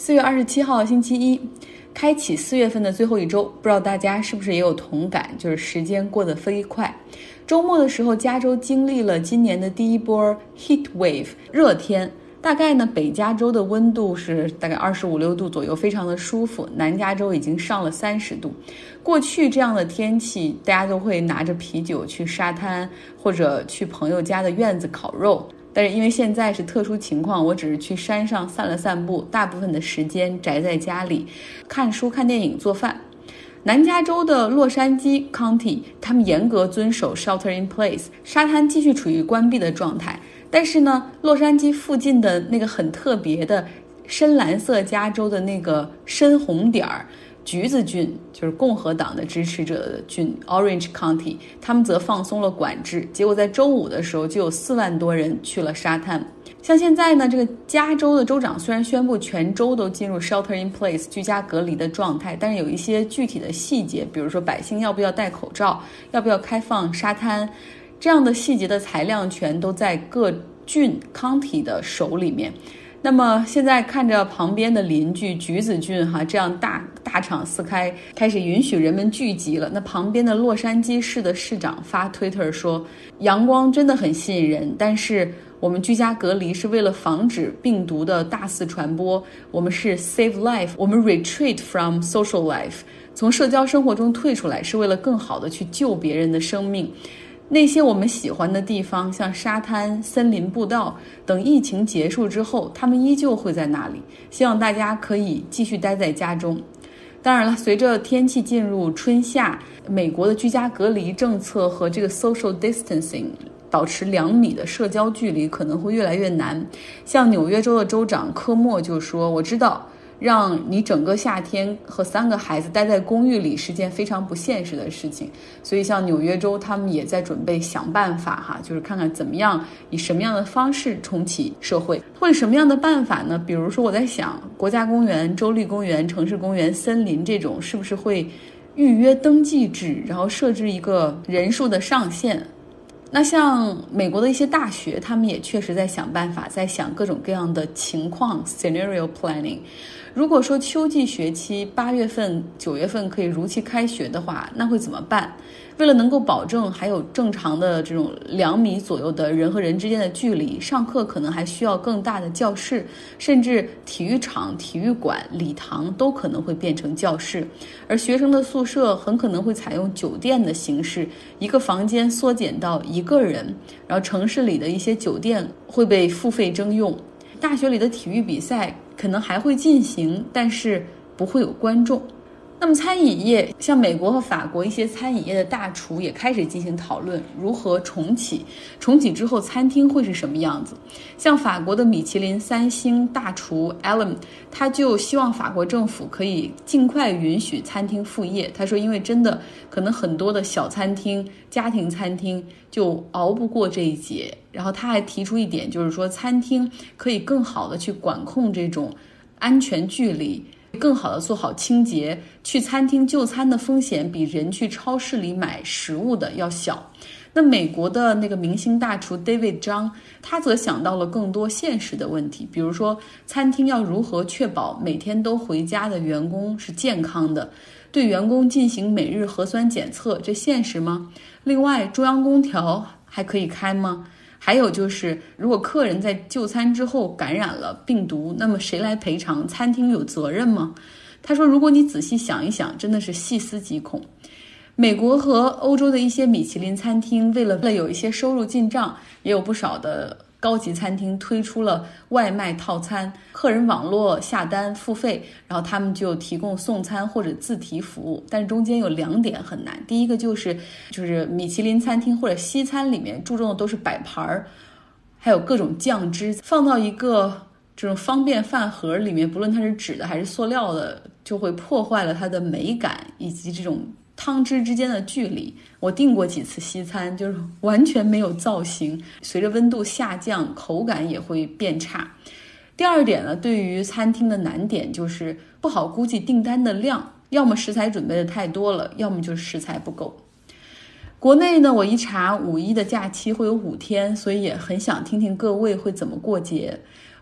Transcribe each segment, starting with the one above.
4月27号星期一，开启4月份的最后一周，不知道大家是不是也有同感，就是时间过得飞快。周末的时候，加州经历了今年的第一波 heat wave 热天，大概呢北加州的温度是大概25、6度左右，非常的舒服，南加州已经上了30度。过去这样的天气，大家都会拿着啤酒去沙滩或者去朋友家的院子烤肉，但是因为现在是特殊情况，我只是去山上散了散步，大部分的时间宅在家里看书、看电影、做饭。南加州的洛杉矶 County 他们严格遵守 shelter in place， 沙滩继续处于关闭的状态，但是呢洛杉矶附近的那个很特别的深蓝色加州的那个深红点儿橘子郡，就是共和党的支持者的郡 Orange County， 他们则放松了管制，结果在周五的时候就有4万多人去了沙滩。像现在呢，这个加州的州长虽然宣布全州都进入 shelter in place 居家隔离的状态，但是有一些具体的细节，比如说百姓要不要戴口罩，要不要开放沙滩，这样的细节的裁量权都在各郡 county 的手里面。那么现在看着旁边的邻居橘子郡这样大场四开，开始允许人们聚集了。那旁边的洛杉矶市的市长发推特说，阳光真的很吸引人，但是我们居家隔离是为了防止病毒的大肆传播，我们是 save life， 我们 retreat from social life， 从社交生活中退出来是为了更好的去救别人的生命。那些我们喜欢的地方，像沙滩、森林步道等，疫情结束之后，他们依旧会在那里。希望大家可以继续待在家中。当然了，随着天气进入春夏，美国的居家隔离政策和这个 social distancing， 保持2米的社交距离可能会越来越难。像纽约州的州长科莫就说，我知道让你整个夏天和3个孩子待在公寓里是件非常不现实的事情，所以像纽约州他们也在准备想办法就是看看怎么样以什么样的方式重启社会。会什么样的办法呢？比如说我在想，国家公园、州立公园、城市公园、森林这种是不是会预约登记制，然后设置一个人数的上限。那像美国的一些大学，他们也确实在想办法，在想各种各样的情况 scenario planning。如果说秋季学期8月份、9月份可以如期开学的话，那会怎么办？为了能够保证还有正常的这种2米左右的人和人之间的距离，上课可能还需要更大的教室，甚至体育场、体育馆、礼堂都可能会变成教室。而学生的宿舍很可能会采用酒店的形式，一个房间缩减到1个人，然后城市里的一些酒店会被付费征用。大学里的体育比赛可能还会进行，但是不会有观众。那么餐饮业，像美国和法国一些餐饮业的大厨也开始进行讨论如何重启之后餐厅会是什么样子。像法国的米其林3星大厨 Alan， 他就希望法国政府可以尽快允许餐厅复业。他说因为真的可能很多的小餐厅、家庭餐厅就熬不过这一劫。然后他还提出一点，就是说餐厅可以更好的去管控这种安全距离，更好的做好清洁，去餐厅就餐的风险比人去超市里买食物的要小。那美国的那个明星大厨 David 张，他则想到了更多现实的问题，比如说餐厅要如何确保每天都回家的员工是健康的，对员工进行每日核酸检测，这现实吗？另外，中央空调还可以开吗？还有就是，如果客人在就餐之后感染了病毒，那么谁来赔偿？餐厅有责任吗？他说，如果你仔细想一想，真的是细思极恐。美国和欧洲的一些米其林餐厅为了有一些收入进账，也有不少的高级餐厅推出了外卖套餐，客人网络下单付费，然后他们就提供送餐或者自提服务。但是中间有2点很难，第一个就是米其林餐厅或者西餐里面注重的都是摆盘，还有各种酱汁，放到一个这种方便饭盒里面，不论它是纸的还是塑料的，就会破坏了它的美感以及这种汤汁之间的距离。我订过几次西餐，就是完全没有造型，随着温度下降，口感也会变差。第2点呢，对于餐厅的难点就是不好估计订单的量，要么食材准备的太多了，要么就是食材不够。国内呢，我一查5·1的假期会有5天，所以也很想听听各位会怎么过节。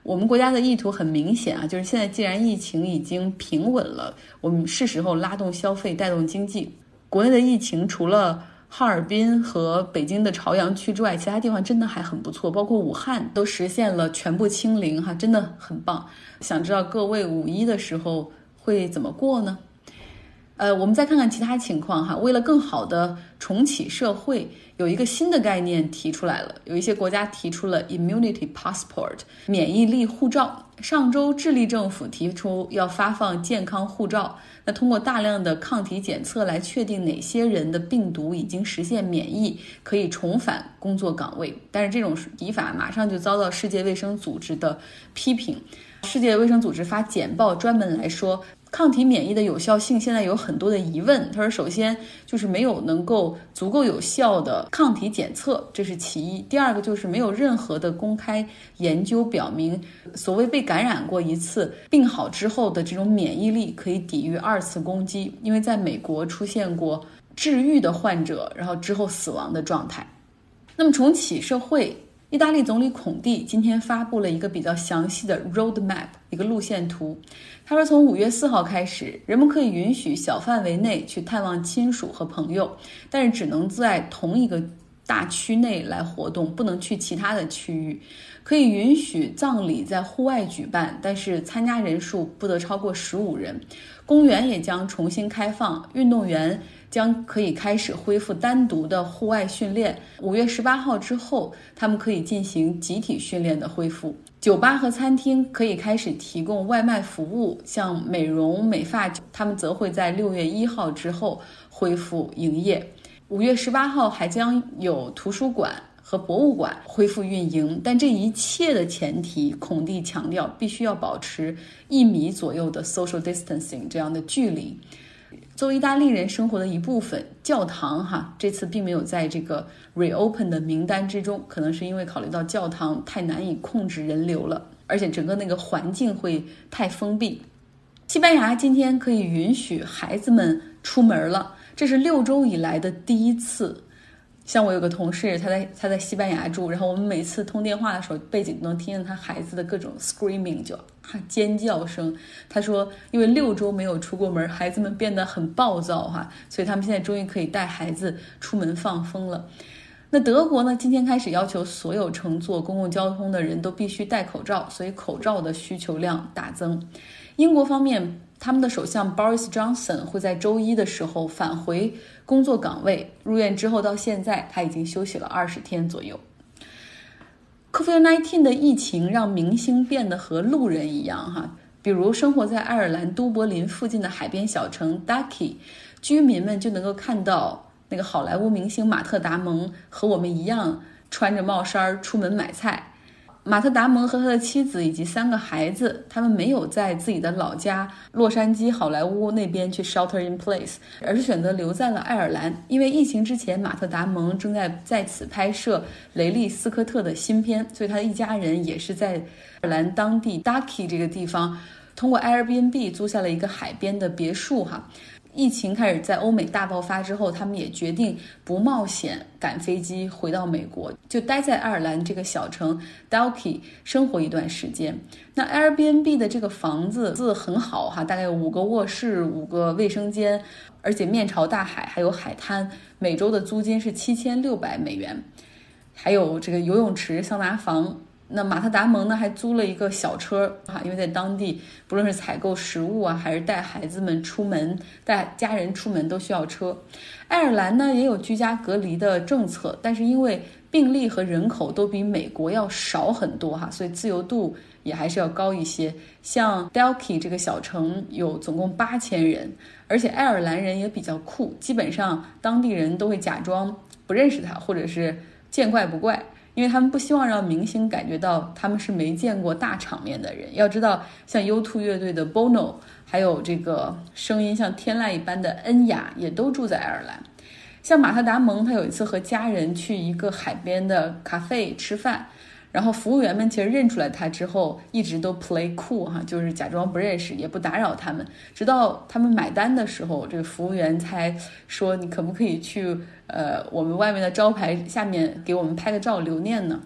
我们国家的意图很明显啊，就是现在既然疫情已经平稳了，我们是时候拉动消费，带动经济。国内的疫情除了哈尔滨和北京的朝阳区之外，其他地方真的还很不错，包括武汉都实现了全部清零哈，真的很棒。想知道各位5·1的时候会怎么过呢？我们再看看其他情况哈。为了更好的重启社会，有一个新的概念提出来了，有一些国家提出了 immunity passport 免疫力护照。上周智利政府提出要发放健康护照，那通过大量的抗体检测来确定哪些人的病毒已经实现免疫，可以重返工作岗位。但是这种提法马上就遭到世界卫生组织的批评。世界卫生组织发简报专门来说，抗体免疫的有效性现在有很多的疑问。他说，首先就是没有能够足够有效的抗体检测，这是其一。第二个就是没有任何的公开研究表明，所谓被感染过一次病好之后的这种免疫力可以抵御2次攻击。因为在美国出现过治愈的患者，然后之后死亡的状态。那么重启社会，意大利总理孔蒂今天发布了一个比较详细的 roadmap， 一个路线图。他说，从5月4号开始，人们可以允许小范围内去探望亲属和朋友，但是只能在同一个大区内来活动，不能去其他的区域。可以允许葬礼在户外举办，但是参加人数不得超过15人。公园也将重新开放，运动员将可以开始恢复单独的户外训练。5月18号之后，他们可以进行集体训练的恢复。酒吧和餐厅可以开始提供外卖服务，像美容美发，他们则会在6月1号之后恢复营业。5月18号还将有图书馆和博物馆恢复运营，但这一切的前提，孔蒂强调必须要保持1米左右的 social distancing 这样的距离。作为意大利人生活的一部分，教堂这次并没有在这个 reopen 的名单之中，可能是因为考虑到教堂太难以控制人流了，而且整个那个环境会太封闭。西班牙今天可以允许孩子们出门了，这是6周以来的第一次。像我有个同事，他在西班牙住，然后我们每次通电话的时候，背景能听见他孩子的各种 screaming， 就尖叫声。他说，因为6周没有出过门，孩子们变得很暴躁所以他们现在终于可以带孩子出门放风了。那德国呢，今天开始要求所有乘坐公共交通的人都必须戴口罩，所以口罩的需求量大增。英国方面，他们的首相 Boris Johnson 会在周1的时候返回工作岗位，入院之后到现在他已经休息了20天左右。COVID-19 的疫情让明星变得和路人一样比如生活在爱尔兰都柏林附近的海边小城 Dalkey， 居民们就能够看到那个好莱坞明星马特·达蒙和我们一样穿着帽衫出门买菜。马特·达蒙和他的妻子以及3个孩子，他们没有在自己的老家洛杉矶好莱坞那边去 shelter in place， 而是选择留在了爱尔兰。因为疫情之前，马特·达蒙正在此拍摄雷利·斯科特的新片，所以他的一家人也是在爱尔兰当地 Dalkey 这个地方通过 Airbnb 租下了一个海边的别墅疫情开始在欧美大爆发之后，他们也决定不冒险赶飞机回到美国，就待在爱尔兰这个小城 Dalkey 生活一段时间。那 Airbnb 的这个房子很好大概有5个卧室5个卫生间，而且面朝大海，还有海滩，每周的租金是$7600，还有这个游泳池桑拿房。那马特·达蒙呢还租了一个小车因为在当地不论是采购食物还是带孩子们出门带家人出门都需要车。爱尔兰呢也有居家隔离的政策，但是因为病例和人口都比美国要少很多所以自由度也还是要高一些。像 Dalkey 这个小城有总共8000人，而且爱尔兰人也比较酷，基本上当地人都会假装不认识他，或者是见怪不怪，因为他们不希望让明星感觉到他们是没见过大场面的人。要知道像 U2 乐队的 Bono， 还有这个声音像天籁一般的恩雅也都住在爱尔兰。像马特·达蒙，他有一次和家人去一个海边的咖啡吃饭，然后服务员们其实认出来他之后一直都 play cool 就是假装不认识，也不打扰他们，直到他们买单的时候，这个服务员才说，你可不可以去我们外面的招牌下面给我们拍个照留念呢？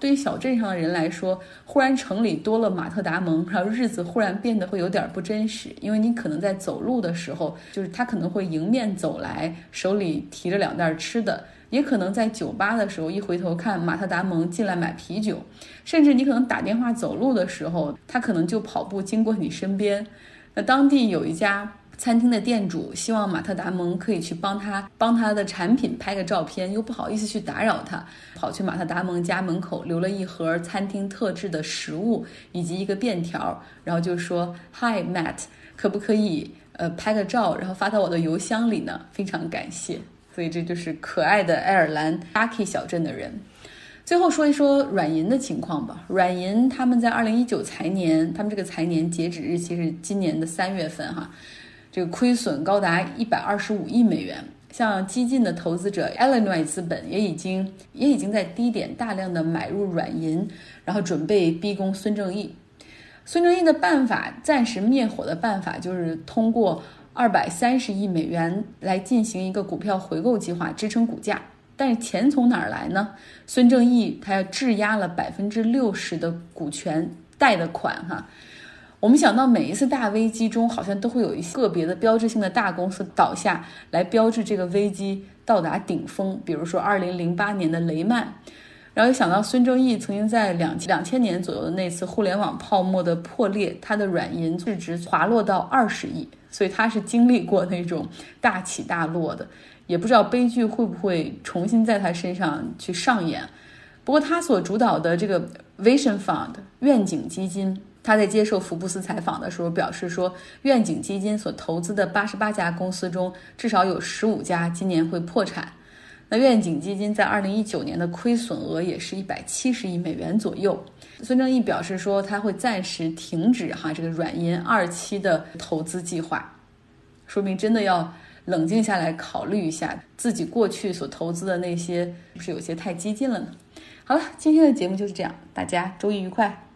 对于小镇上的人来说，忽然城里多了马特达蒙，然后日子忽然变得会有点不真实，因为你可能在走路的时候，就是他可能会迎面走来，手里提着2袋吃的，也可能在酒吧的时候一回头看马特达蒙进来买啤酒，甚至你可能打电话走路的时候，他可能就跑步经过你身边。那当地有一家餐厅的店主希望马特达蒙可以去帮他的产品拍个照片，又不好意思去打扰他，跑去马特达蒙家门口留了一盒餐厅特制的食物以及一个便条，然后就说 Hi Matt， 可不可以拍个照，然后发到我的邮箱里呢？非常感谢。所以这就是可爱的爱尔兰 Buckie 小镇的人。最后说一说软银的情况吧。软银他们在2019财年，他们这个财年截止日期是今年的3月份哈，这个亏损高达125亿美元。像激进的投资者 Illinois 资本也已经在低点大量的买入软银，然后准备逼宫孙正义。孙正义的办法，暂时灭火的办法就是通过230亿美元来进行一个股票回购计划支撑股价。但是钱从哪儿来呢？孙正义他要质押了60%的股权贷的款哈。我们想到每一次大危机中，好像都会有一些个别的标志性的大公司倒下来标志这个危机到达顶峰，比如说2008年的雷曼。然后又想到孙正义曾经在2000年左右的那次互联网泡沫的破裂，他的软银市值滑落到20亿，所以他是经历过那种大起大落的，也不知道悲剧会不会重新在他身上去上演。不过他所主导的这个 Vision Fund 愿景基金，他在接受福布斯采访的时候表示说，愿景基金所投资的88家公司中，至少有15家今年会破产。那愿景基金在2019年的亏损额也是170亿美元左右。孙正义表示说，他会暂时停止这个软银2期的投资计划，说明真的要冷静下来考虑一下自己过去所投资的那些是不是有些太激进了呢？好了，今天的节目就是这样，大家周一愉快。